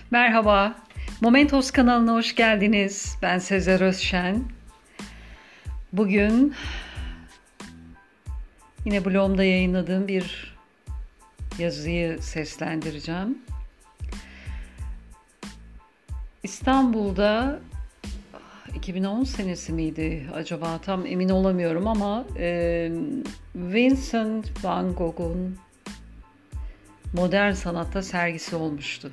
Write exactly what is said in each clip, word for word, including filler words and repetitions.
Merhaba, Momentos kanalına hoş geldiniz. Ben Sezer Özşen. Bugün yine blogumda yayınladığım bir yazıyı seslendireceğim. İstanbul'da iki bin on senesi miydi acaba, tam emin olamıyorum ama e, Vincent van Gogh'un modern sanatta sergisi olmuştu.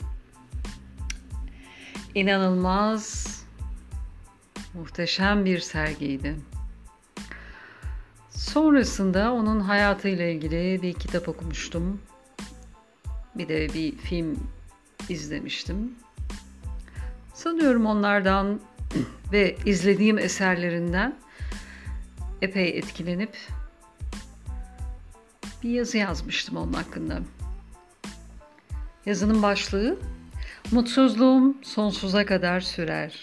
İnanılmaz, muhteşem bir sergiydi. Sonrasında onun hayatıyla ilgili bir kitap okumuştum. Bir de bir film izlemiştim. Sanıyorum onlardan ve izlediğim eserlerinden epey etkilenip bir yazı yazmıştım onun hakkında. Yazının başlığı: Mutsuzluğum sonsuza kadar sürer.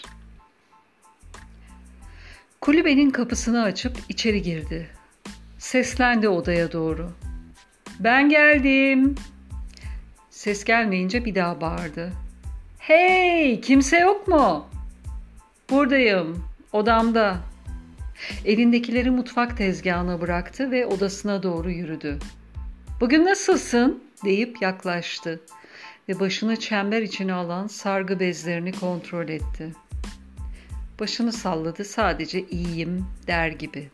Kulübenin kapısını açıp içeri girdi. Seslendi odaya doğru. Ben geldim. Ses gelmeyince bir daha bağırdı. Hey, kimse yok mu? Buradayım, odamda. Elindekileri mutfak tezgahına bıraktı ve odasına doğru yürüdü. Bugün nasılsın? Deyip yaklaştı ve başını çember içine alan sargı bezlerini kontrol etti. Başını salladı, sadece iyiyim der gibi.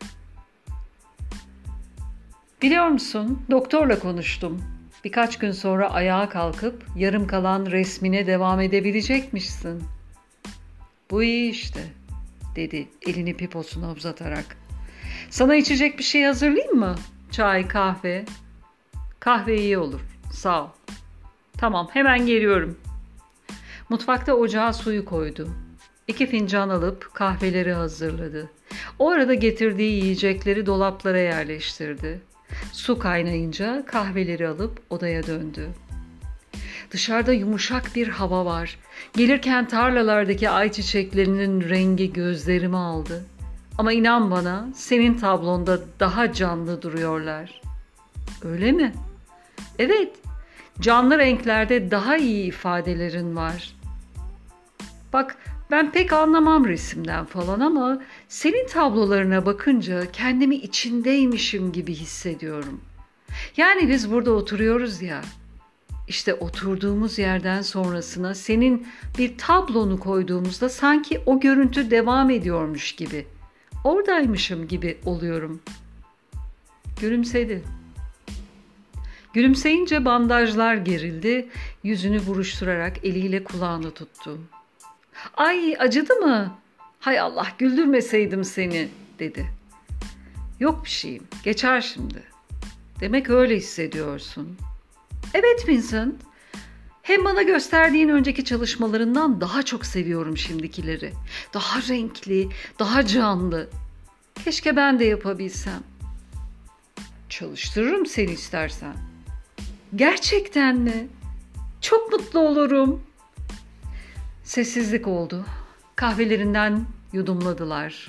Biliyor musun, doktorla konuştum. Birkaç gün sonra ayağa kalkıp yarım kalan resmine devam edebilecekmişsin. Bu iyi işte, dedi elini piposuna uzatarak. Sana içecek bir şey hazırlayayım mı? Çay, kahve? Kahve iyi olur, sağ ol. Tamam, hemen geliyorum. Mutfakta ocağa suyu koydu. İki fincan alıp kahveleri hazırladı. O arada getirdiği yiyecekleri dolaplara yerleştirdi. Su kaynayınca kahveleri alıp odaya döndü. Dışarıda yumuşak bir hava var. Gelirken tarlalardaki ayçiçeklerinin rengi gözlerimi aldı. Ama inan bana, senin tablonda daha canlı duruyorlar. Öyle mi? Evet. Canlı renklerde daha iyi ifadelerin var. Bak, ben pek anlamam resimden falan ama senin tablolarına bakınca kendimi içindeymişim gibi hissediyorum. Yani biz burada oturuyoruz ya, işte oturduğumuz yerden sonrasına senin bir tablonu koyduğumuzda sanki o görüntü devam ediyormuş gibi, oradaymışım gibi oluyorum. Gülümsedi. Gülümseyince bandajlar gerildi, yüzünü buruşturarak eliyle kulağını tuttu. Ay, acıdı mı? Hay Allah, güldürmeseydim seni, dedi. Yok bir şeyim, geçer şimdi. Demek öyle hissediyorsun. Evet Vincent, hem bana gösterdiğin önceki çalışmalarından daha çok seviyorum şimdikileri. Daha renkli, daha canlı. Keşke ben de yapabilsem. Çalıştırırım seni istersen. Gerçekten mi? Çok mutlu olurum. Sessizlik oldu. Kahvelerinden yudumladılar.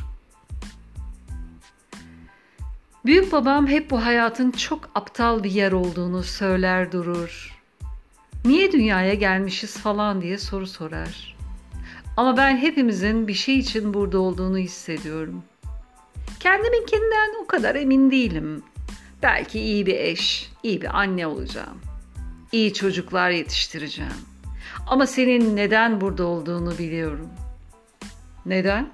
Büyük babam hep bu hayatın çok aptal bir yer olduğunu söyler durur. Niye dünyaya gelmişiz falan diye soru sorar. Ama ben hepimizin bir şey için burada olduğunu hissediyorum. Kendiminkinden o kadar emin değilim. Belki iyi bir eş, iyi bir anne olacağım. İyi çocuklar yetiştireceğim. Ama senin neden burada olduğunu biliyorum. Neden?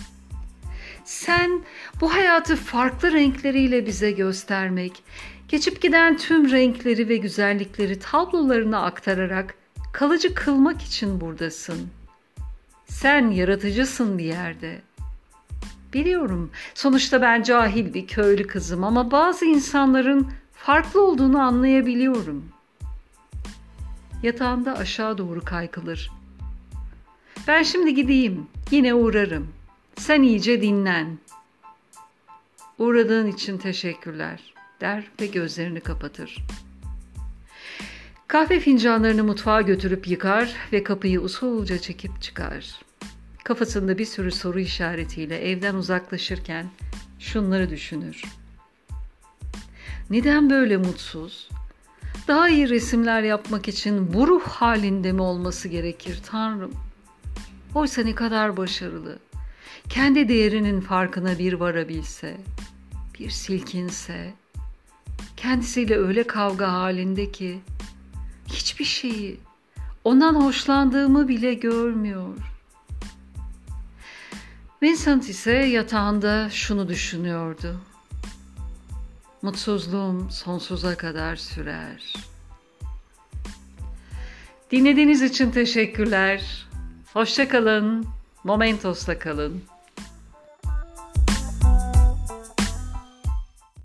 Sen bu hayatı farklı renkleriyle bize göstermek, geçip giden tüm renkleri ve güzellikleri tablolarına aktararak kalıcı kılmak için buradasın. Sen yaratıcısın bir yerde. Biliyorum, sonuçta ben cahil bir köylü kızım ama bazı insanların farklı olduğunu anlayabiliyorum. Yatağında aşağı doğru kaykılır. Ben şimdi gideyim, yine uğrarım. Sen iyice dinlen. Uğradığın için teşekkürler, der ve gözlerini kapatır. Kahve fincanlarını mutfağa götürüp yıkar ve kapıyı usulca çekip çıkar. Kafasında bir sürü soru işaretiyle evden uzaklaşırken şunları düşünür. Neden böyle mutsuz? Daha iyi resimler yapmak için bu ruh halinde mi olması gerekir Tanrım? Oysa ne kadar başarılı. Kendi değerinin farkına bir varabilse, bir silkinse, kendisiyle öyle kavga halinde ki hiçbir şeyi, ondan hoşlandığımı bile görmüyor. Vincent ise yatağında şunu düşünüyordu. Mutsuzluğum sonsuza kadar sürer. Dinlediğiniz için teşekkürler. Hoşça kalın. Momentos'ta kalın.